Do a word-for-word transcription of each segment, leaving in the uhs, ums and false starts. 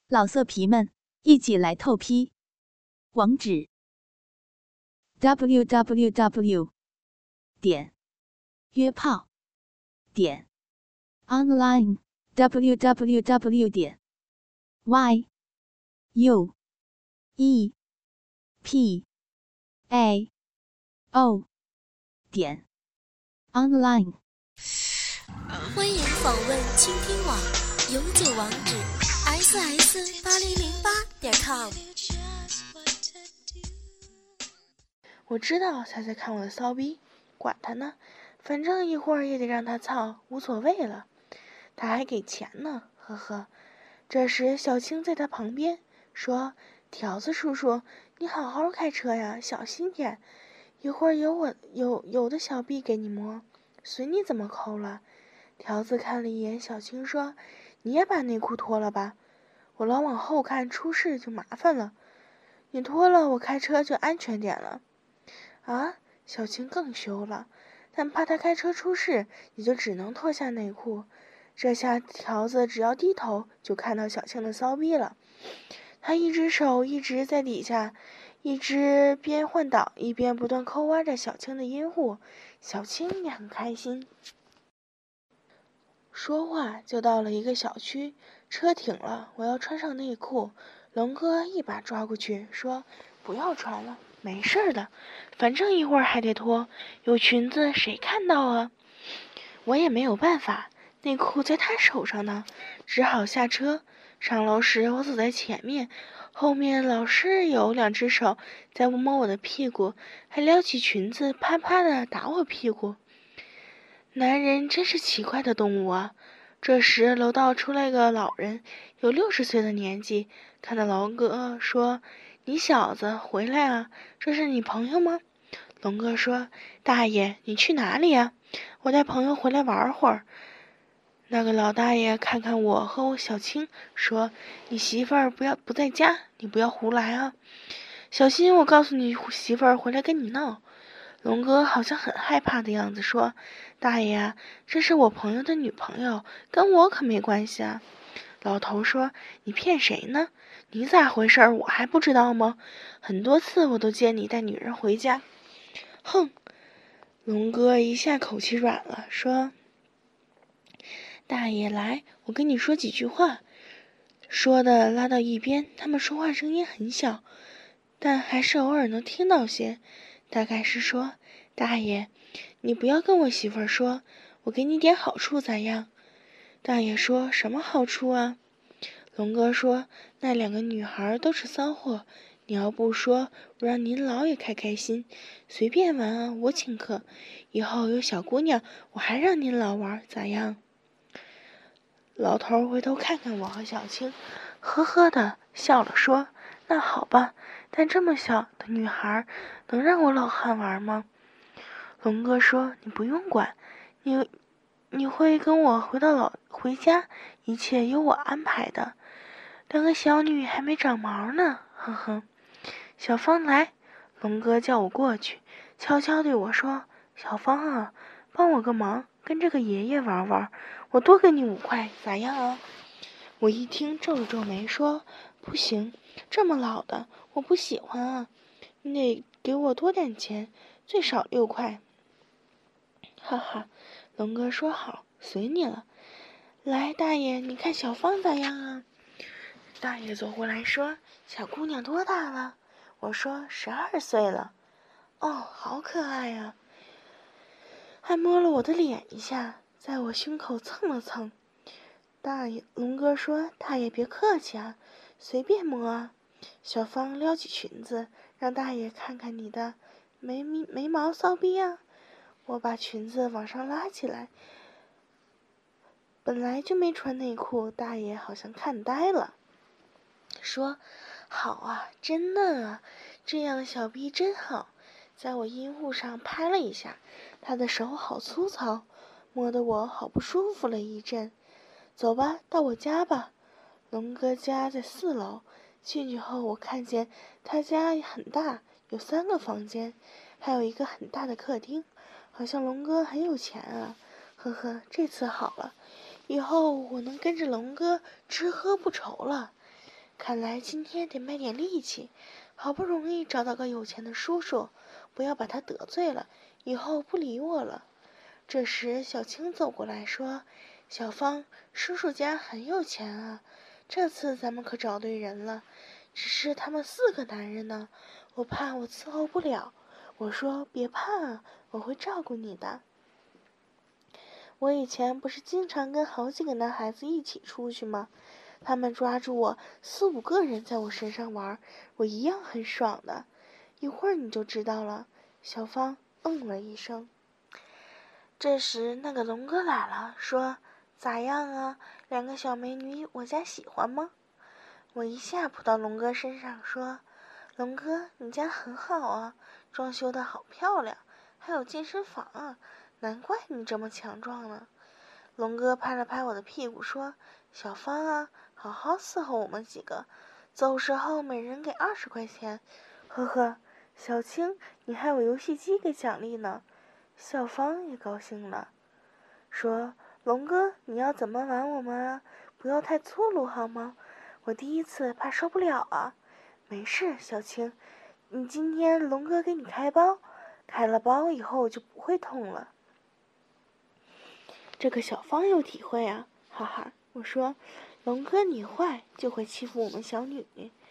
老色皮们，一起来透批！网址 ：double u double u double u 点约炮点 online w w w 点 y u e p a o 点 online。 欢迎访问倾听网，永久网址 s s 八零零八点 com。 我知道他在看我的骚逼，管他呢，反正一会儿也得让他操，无所谓了。他还给钱呢，呵呵。这时小青在他旁边说：“条子叔叔，你好好开车呀，小心点。一会儿有我有有的小臂给你摸，随你怎么抠了。”条子看了一眼小青，说：“你也把内裤脱了吧，我老往后看，出事就麻烦了。你脱了，我开车就安全点了。”啊，小青更羞了，但怕他开车出事，也就只能脱下内裤。这下条子只要低头，就看到小青的骚逼了。他一只手一直在底下，一只边换挡一边不断抠挖着小青的阴户，小青也很开心。说话就到了一个小区，车停了，我要穿上内裤。龙哥一把抓过去，说：“不要穿了，没事的，反正一会儿还得脱，有裙子谁看到啊？”我也没有办法，内裤在他手上呢，只好下车。上楼时我走在前面，后面老是有两只手在摸我的屁股，还撩起裙子啪啪的打我屁股。男人真是奇怪的动物啊！这时楼道出来个老人，有六十岁的年纪，看到龙哥说：“你小子回来啊，这是你朋友吗？”龙哥说：“大爷，你去哪里呀？我带朋友回来玩会儿。”那个老大爷看看我和我小青，说：“你媳妇儿不要不在家，你不要胡来啊，小心我告诉你媳妇儿回来跟你闹。”龙哥好像很害怕的样子，说：“大爷啊，这是我朋友的女朋友，跟我可没关系啊。”老头说：“你骗谁呢？你咋回事我还不知道吗？很多次我都见你带女人回家。”哼！龙哥一下口气软了，说：“大爷来，我跟你说几句话。”说的拉到一边，他们说话声音很小，但还是偶尔能听到些。大概是说：“大爷，你不要跟我媳妇儿说，我给你点好处咋样？”大爷说：“什么好处啊？”龙哥说：“那两个女孩都是骚货，你要不说，我让您老也开开心，随便玩啊，我请客。以后有小姑娘，我还让您老玩，咋样？”老头回头看看我和小青，呵呵的笑了，说：“那好吧，但这么小的女孩能让我老汉玩吗？”龙哥说：“你不用管，你你会跟我回到老回家，一切由我安排的。两个小女还没长毛呢，呵呵。”小芳来，龙哥叫我过去，悄悄对我说：“小芳啊，帮我个忙，跟这个爷爷玩玩，我多给你五块，咋样啊？”我一听皱了皱眉，说：“不行，这么老的我不喜欢啊，你得给我多点钱，最少六块。”哈哈，龙哥说：“好，随你了。来，大爷，你看小芳咋样啊？”大爷走过来说：“小姑娘多大了？”我说：“十二岁了。”哦，好可爱呀！还摸了我的脸一下，在我胸口蹭了蹭。大爷，龙哥说：“大爷别客气啊，随便摸啊。”小芳撩起裙子，让大爷看看你的眉眉毛骚逼啊！我把裙子往上拉起来，本来就没穿内裤，大爷好像看呆了，说：“好啊，真嫩啊，这样小逼真好。”在我阴户上拍了一下，他的手好粗糙，摸得我好不舒服了一阵。走吧，到我家吧。龙哥家在四楼，进去后我看见他家很大，有三个房间，还有一个很大的客厅，好像龙哥很有钱啊。呵呵，这次好了，以后我能跟着龙哥吃喝不愁了。 看来今天得卖点力气，好不容易找到个有钱的叔叔，不要把他得罪了，以后不理我了。这时小青走过来说：“小芳，叔叔家很有钱啊，这次咱们可找对人了。只是他们四个男人呢，我怕我伺候不了。”我说：“别怕，我会照顾你的。我以前不是经常跟好几个男孩子一起出去吗？他们抓住我，四五个人在我身上玩，我一样很爽的。一会儿你就知道了。”小芳嗯了一声。这时那个龙哥来了，说：“咋样啊？两个小美女，我家喜欢吗？”我一下扑到龙哥身上，说：“龙哥，你家很好啊，装修的好漂亮，还有健身房啊，难怪你这么强壮呢。”龙哥拍了拍我的屁股，说：“小芳啊，好好伺候我们几个，走时候每人给二十块钱。呵呵，小青，你还有游戏机给奖励呢。”小芳也高兴了，说：“龙哥，你要怎么玩我们啊？不要太粗鲁好吗？我第一次怕受不了啊。”“没事，小青，你今天龙哥给你开包，开了包以后就不会痛了。”这个小芳有体会啊，哈哈。我说：“龙哥你坏，就会欺负我们小女。”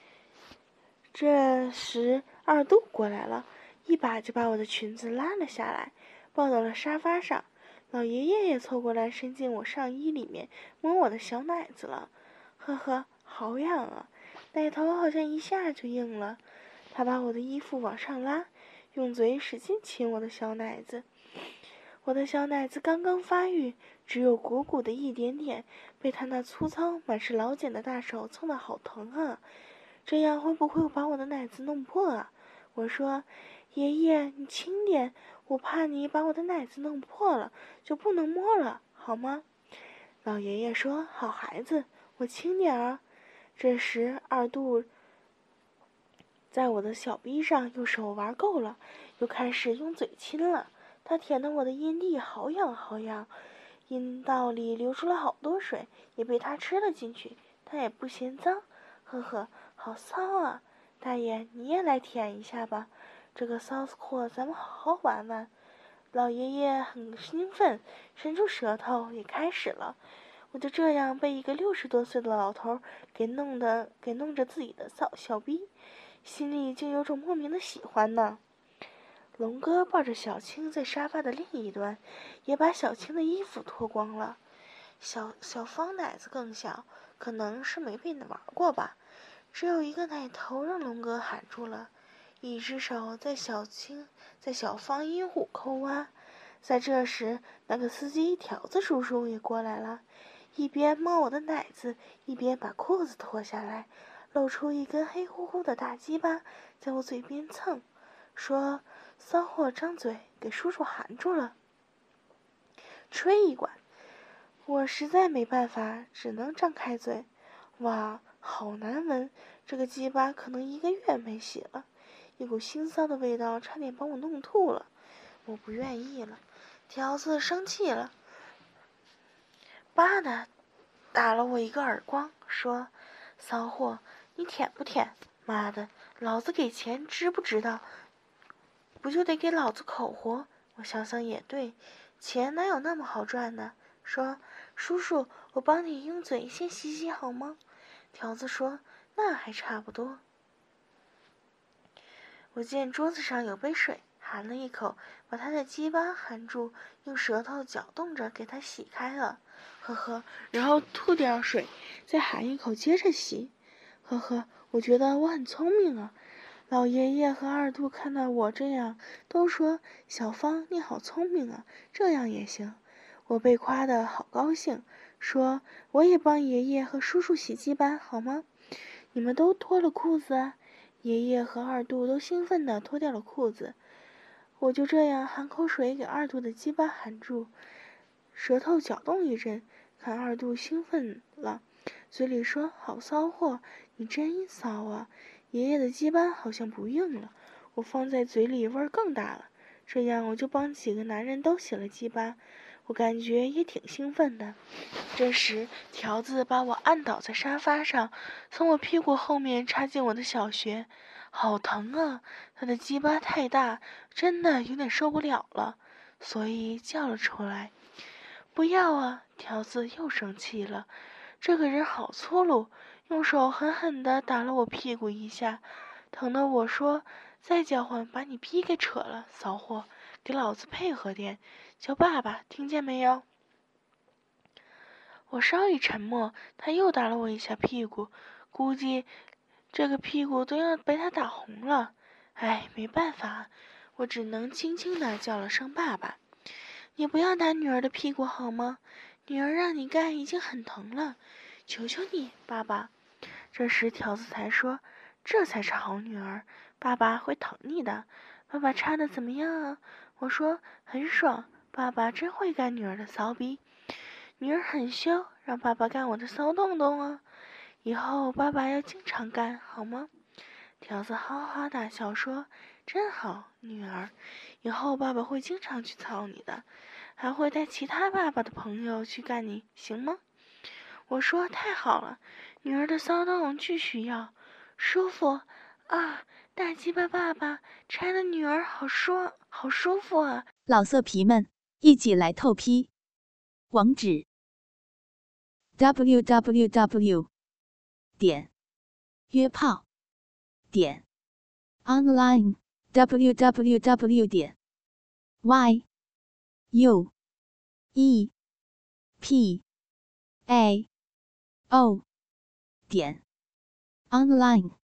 这时二度过来了，一把就把我的裙子拉了下来，抱到了沙发上。老爷爷也凑过来，伸进我上衣里面，摸我的小奶子了。呵呵，好痒啊，奶头好像一下就硬了。他把我的衣服往上拉，用嘴使劲亲我的小奶子。我的小奶子刚刚发育，只有鼓鼓的一点点，被他那粗糙满是老茧的大手蹭得好疼啊！这样会不会把我的奶子弄破啊？我说：“爷爷，你轻点，我怕你把我的奶子弄破了，就不能摸了，好吗？”老爷爷说：“好孩子，我轻点儿。”这时二度在我的小臂上用手玩够了，又开始用嘴亲了。他舔得我的阴蒂好痒好痒，阴道里流出了好多水，也被他吃了进去。他也不嫌脏，呵呵，好骚啊！大爷，你也来舔一下吧，这个骚货咱们好好玩玩。老爷爷很兴奋，伸出舌头也开始了。我就这样被一个六十多岁的老头给弄得给弄着自己的小小逼，心里竟有种莫名的喜欢呢。龙哥抱着小青在沙发的另一端，也把小青的衣服脱光了。小小芳奶子更小，可能是没被玩过吧，只有一个奶头让龙哥喊住了，一只手在小青在小芳阴户抠挖。在这时，那个司机条子叔叔也过来了，一边摸我的奶子，一边把裤子脱下来，露出一根黑乎乎的大鸡巴，在我嘴边蹭，说：“骚货张嘴，给叔叔含住了，吹一管。”我实在没办法，只能张开嘴。哇，好难闻，这个鸡巴可能一个月没洗了，一股腥臊的味道差点把我弄吐了。我不愿意了，条子生气了，叭的打了我一个耳光，说：“骚货，你舔不舔？妈的，老子给钱知不知道？不就得给老子口活？”我想想也对，钱哪有那么好赚呢？说：“叔叔，我帮你用嘴先洗洗好吗？”条子说：“那还差不多。”我见桌子上有杯水，含了一口，把他的鸡巴含住，用舌头搅动着给他洗开了，呵呵，然后吐掉水，再含一口接着洗，呵呵，我觉得我很聪明啊。老爷爷和二度看到我这样，都说：“小芳，你好聪明啊，这样也行。”我被夸得好高兴，说：“我也帮爷爷和叔叔洗鸡巴好吗？”你们都脱了裤子啊！爷爷和二度都兴奋地脱掉了裤子，我就这样含口水给二度的鸡巴含住，舌头搅动一阵，看二度兴奋了，嘴里说：“好骚货，你真骚啊！”爷爷的鸡巴好像不硬了，我放在嘴里味儿更大了。这样我就帮几个男人都洗了鸡巴。 我感觉也挺兴奋的。这时，条子把我按倒在沙发上，从我屁股后面插进我的小穴，好疼啊！他的鸡巴太大，真的有点受不了了，所以叫了出来。不要啊！条子又生气了，这个人好粗鲁，用手狠狠地打了我屁股一下，疼得我说：“再叫唤，把你逼给扯了，骚货，给老子配合点，叫爸爸，听见没有？”我稍一沉默，他又打了我一下屁股，估计这个屁股都要被他打红了。哎，没办法，我只能轻轻地叫了声爸爸。你不要打女儿的屁股好吗？女儿让你干已经很疼了，求求你，爸爸。这时条子才说，这才是好女儿，爸爸会疼你的。爸爸插的怎么样啊？我说很爽，爸爸真会干女儿的骚逼。女儿很羞，让爸爸干我的骚洞洞啊！以后爸爸要经常干，好吗？条子哈哈大笑说：“真好，女儿，以后爸爸会经常去操你的，还会带其他爸爸的朋友去干你，行吗？”我说：“太好了，女儿的骚动巨需要，舒服啊！大鸡巴爸爸拆的女儿好舒好舒服啊！” 老色皮们，一起来透批！网址 ：double-u double-u double-u 点约炮点 online double-u double-u double-u 点 y u e p a o 点 online。